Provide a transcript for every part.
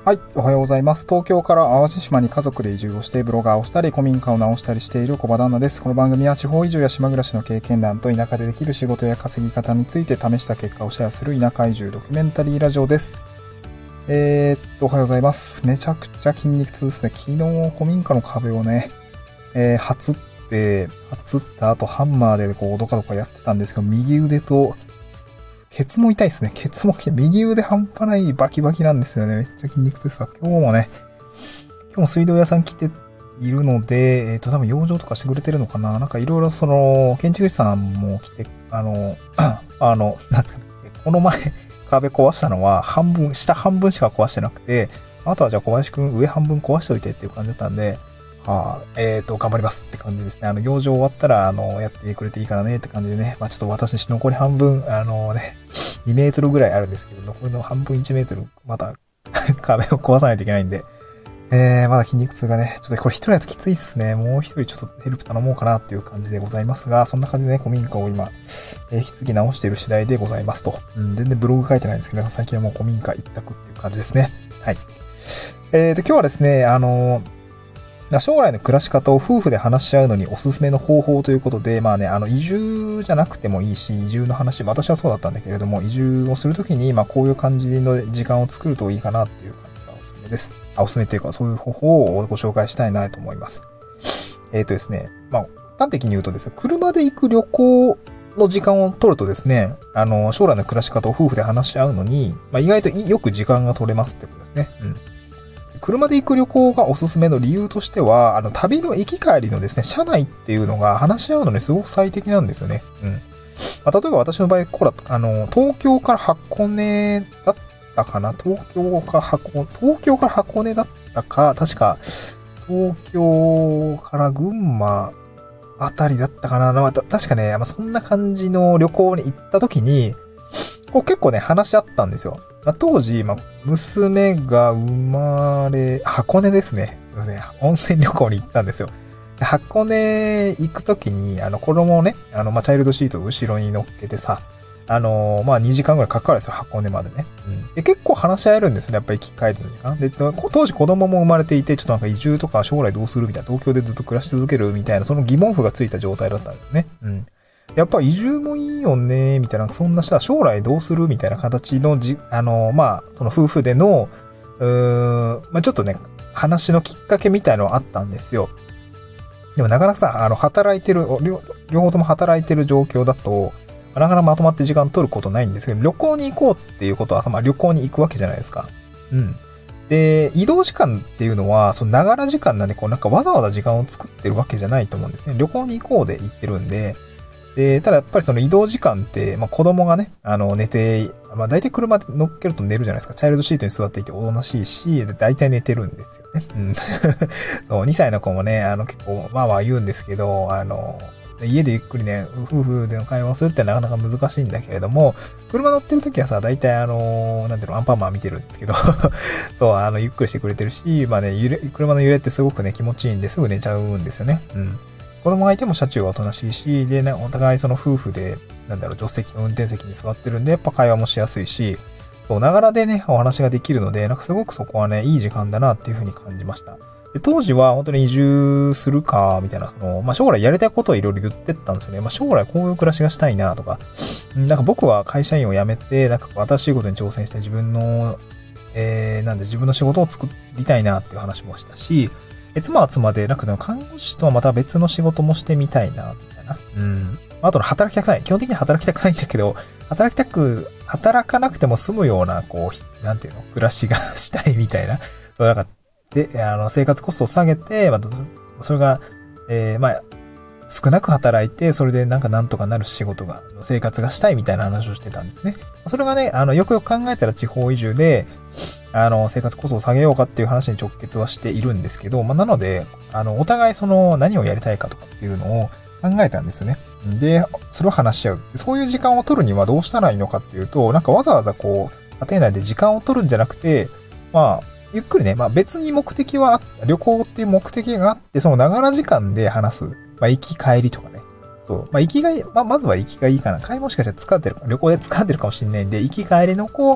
はい、おはようございます。東京から淡路島に家族で移住をしてブロガーをしたり古民家を直したりしている小場旦那です。この番組は地方移住や島暮らしの経験談と田舎でできる仕事や稼ぎ方について試した結果をシェアする田舎移住ドキュメンタリーラジオです。おはようございます。めちゃくちゃ筋肉痛ですね。昨日古民家の壁をね、はつった後ハンマーでこうドカドカやってたんですけど、右腕とケツも痛いですね。ケツも右腕半端ないバキバキなんですよね。めっちゃ筋肉痛ですわ。今日も水道屋さん来ているので、多分養生とかしてくれてるのかな。なんかいろいろ建築士さんも来て、なんですかね。この前、壁壊したのは下半分しか壊してなくて、あとはじゃあ小林くん上半分壊しておいてっていう感じだったんで、頑張りますって感じですね。養生終わったら、やってくれていいからねって感じでね。ちょっと私残り半分、2メートルぐらいあるんですけど、残りの半分1メートル、また壁を壊さないといけないんで、まだ筋肉痛がね、ちょっとこれ一人だときついっすね。もう一人ちょっとヘルプ頼もうかなっていう感じでございますが、そんな感じでね、古民家を今、引き続き直している次第でございますと。全然ブログ書いてないんですけど、最近はもう古民家一択っていう感じですね。はい。今日はですね、将来の暮らし方を夫婦で話し合うのにおすすめの方法ということで、移住じゃなくてもいいし、移住の話、私はそうだったんだけれども、移住をするときに、こういう感じの時間を作るといいかなっていう感じがおすすめです。おすすめっていうか、そういう方法をご紹介したいなと思います。ですね、端的に言うとですね、車で行く旅行の時間を取るとですね、将来の暮らし方を夫婦で話し合うのに、意外とよく時間が取れますってことですね。車で行く旅行がおすすめの理由としては、旅の行き帰りのですね、車内っていうのが話し合うのにすごく最適なんですよね。例えば私の場合、東京から箱根だったかな、東京から箱根だったか、確か、東京から群馬あたりだったかな、確かね、そんな感じの旅行に行った時に、結構ね、話し合ったんですよ。当時、娘が箱根ですね。すいません。温泉旅行に行ったんですよ。箱根行くときに、子供をね、チャイルドシートを後ろに乗っけてさ、2時間ぐらいかかるんですよ、箱根までね。で、結構話し合えるんですね、やっぱり行き帰りの時間。で、当時子供も生まれていて、ちょっとなんか移住とか将来どうするみたいな、東京でずっと暮らし続けるみたいな、その疑問符がついた状態だったんですね。やっぱ移住もいいよね、みたいな、そんなしたら将来どうするみたいな形のその夫婦での、ちょっとね、話のきっかけみたいのはあったんですよ。でもなかなかさ、両方とも働いてる状況だと、なかなかまとまって時間取ることないんですけど、旅行に行こうっていうことは旅行に行くわけじゃないですか。で、移動時間っていうのは、そのながら時間なんで、なんかわざわざ時間を作ってるわけじゃないと思うんですね。旅行に行こうで行ってるんで、ただやっぱりその移動時間って、子供がね、寝て、大体車で乗っけると寝るじゃないですか。チャイルドシートに座っていておとなしいし、大体寝てるんですよね。そう、2歳の子もね、結構、言うんですけど、家でゆっくりね、夫婦での会話をするってなかなか難しいんだけれども、車乗ってる時はさ、大体アンパンマン見てるんですけど、そう、ゆっくりしてくれてるし、車の揺れってすごくね、気持ちいいんですぐ寝ちゃうんですよね。子供がいても車中はおとなしいし、でね、お互いその夫婦で、助手席の運転席に座ってるんで、やっぱ会話もしやすいし、そう、ながらでね、お話ができるので、なんかすごくそこはね、いい時間だなっていうふうに感じました。で、当時は本当に移住するか、みたいな、将来やりたいことをいろいろ言ってったんですよね。将来こういう暮らしがしたいなとか、なんか僕は会社員を辞めて、なんか新しいことに挑戦して自分の、自分の仕事を作りたいなっていう話もしたし、妻は妻で、看護師とはまた別の仕事もしてみたいな、みたいな。あと働きたくない。基本的に働きたくないんだけど、働かなくても済むような、暮らしがしたいみたいな。で、生活コストを下げて、それが、少なく働いて、それでなんとかなる生活がしたいみたいな話をしてたんですね。それがね、よくよく考えたら地方移住で、生活コストを下げようかっていう話に直結はしているんですけど、なので、お互い何をやりたいかとかっていうのを考えたんですよね。で、それを話し合う。そういう時間を取るにはどうしたらいいのかっていうと、わざわざ家庭内で時間を取るんじゃなくて、ゆっくりね、別に旅行っていう目的があって、そのながら時間で話す。行き帰りとかね。そう。行きがいい、まずは行きがいいかな。買いもしかしたら旅行で使ってるかもしれないんで、行き帰りの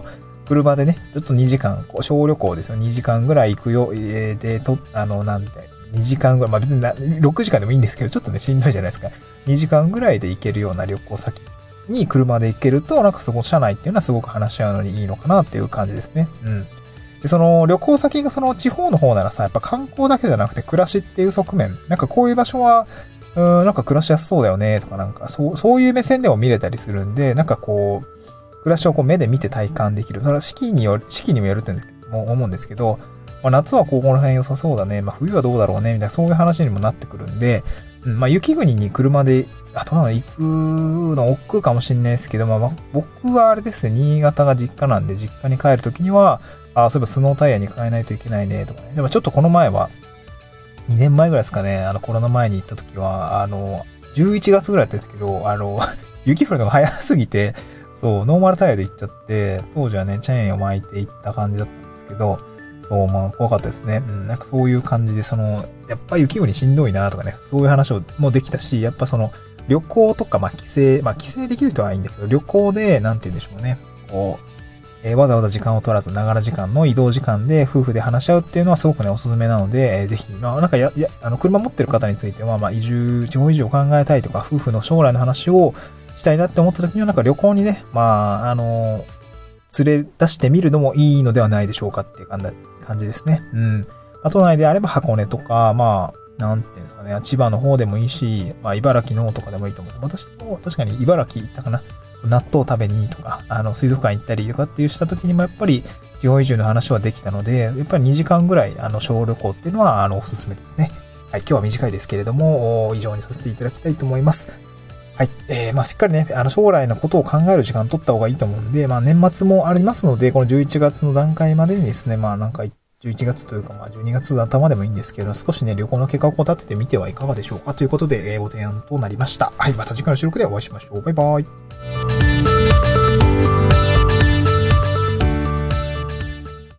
車でね、ちょっと2時間、小旅行ですよ。2時間ぐらい行くよ。2時間ぐらい、まあ別に6時間でもいいんですけど、ちょっとね、しんどいじゃないですか。2時間ぐらいで行けるような旅行先に車で行けると、なんか車内っていうのはすごく話し合うのにいいのかなっていう感じですね。うん。で、その旅行先がその地方の方ならさ、やっぱ観光だけじゃなくて暮らしっていう側面、なんかこういう場所は、なんか暮らしやすそうだよねとかなんか、そういう目線でも見れたりするんで、なんかこう、暮らしをこう目で見て体感できる。だから四季にもよるって思うんですけど、まあ、夏はここの辺良さそうだね。まあ、冬はどうだろうね。みたいな、そういう話にもなってくるんで、まあ、雪国に車で、行くの億劫かもしんないですけど、まあ、僕はあれですね、新潟が実家なんで、実家に帰るときには、そういえばスノータイヤに変えないといけないね、とかね。でもちょっとこの前は、2年前ぐらいですかね、コロナ前に行ったときは、11月ぐらいだったんですけど、雪降るのが早すぎて、そう、ノーマルタイヤで行っちゃって、当時はね、チェーンを巻いて行った感じだったんですけど、そう、まあ、怖かったですね。なんかそういう感じで、やっぱ雪国しんどいなとかね、そういう話もできたし、やっぱ旅行とか、帰省できる人はいいんだけど、旅行で、なんて言うんでしょうね。わざわざ時間を取らず、ながら時間の移動時間で夫婦で話し合うっていうのはすごくね、おすすめなので、ぜひ、なんか車持ってる方については、地方移住を考えたいとか、夫婦の将来の話をしたいなって思った時には、なんか旅行にね、連れ出してみるのもいいのではないでしょうかっていう感じですね。都内であれば箱根とか、なんていうんですかね、千葉の方でもいいし、茨城の方とかでもいいと思う。私も確かに茨城行ったかな。納豆食べにとか、水族館行ったりとかっていうした時にもやっぱり地方移住の話はできたので、やっぱり2時間ぐらい、小旅行っていうのは、おすすめですね。はい、今日は短いですけれども、以上にさせていただきたいと思います。はい。しっかりね、将来のことを考える時間取った方がいいと思うんで、年末もありますので、この11月の段階までにですね、11月というか、12月の頭でもいいんですけど、少しね、旅行の計画を立ててみてはいかがでしょうかということで、ご提案となりました。はい。また次回の収録でお会いしましょう。バイバイ。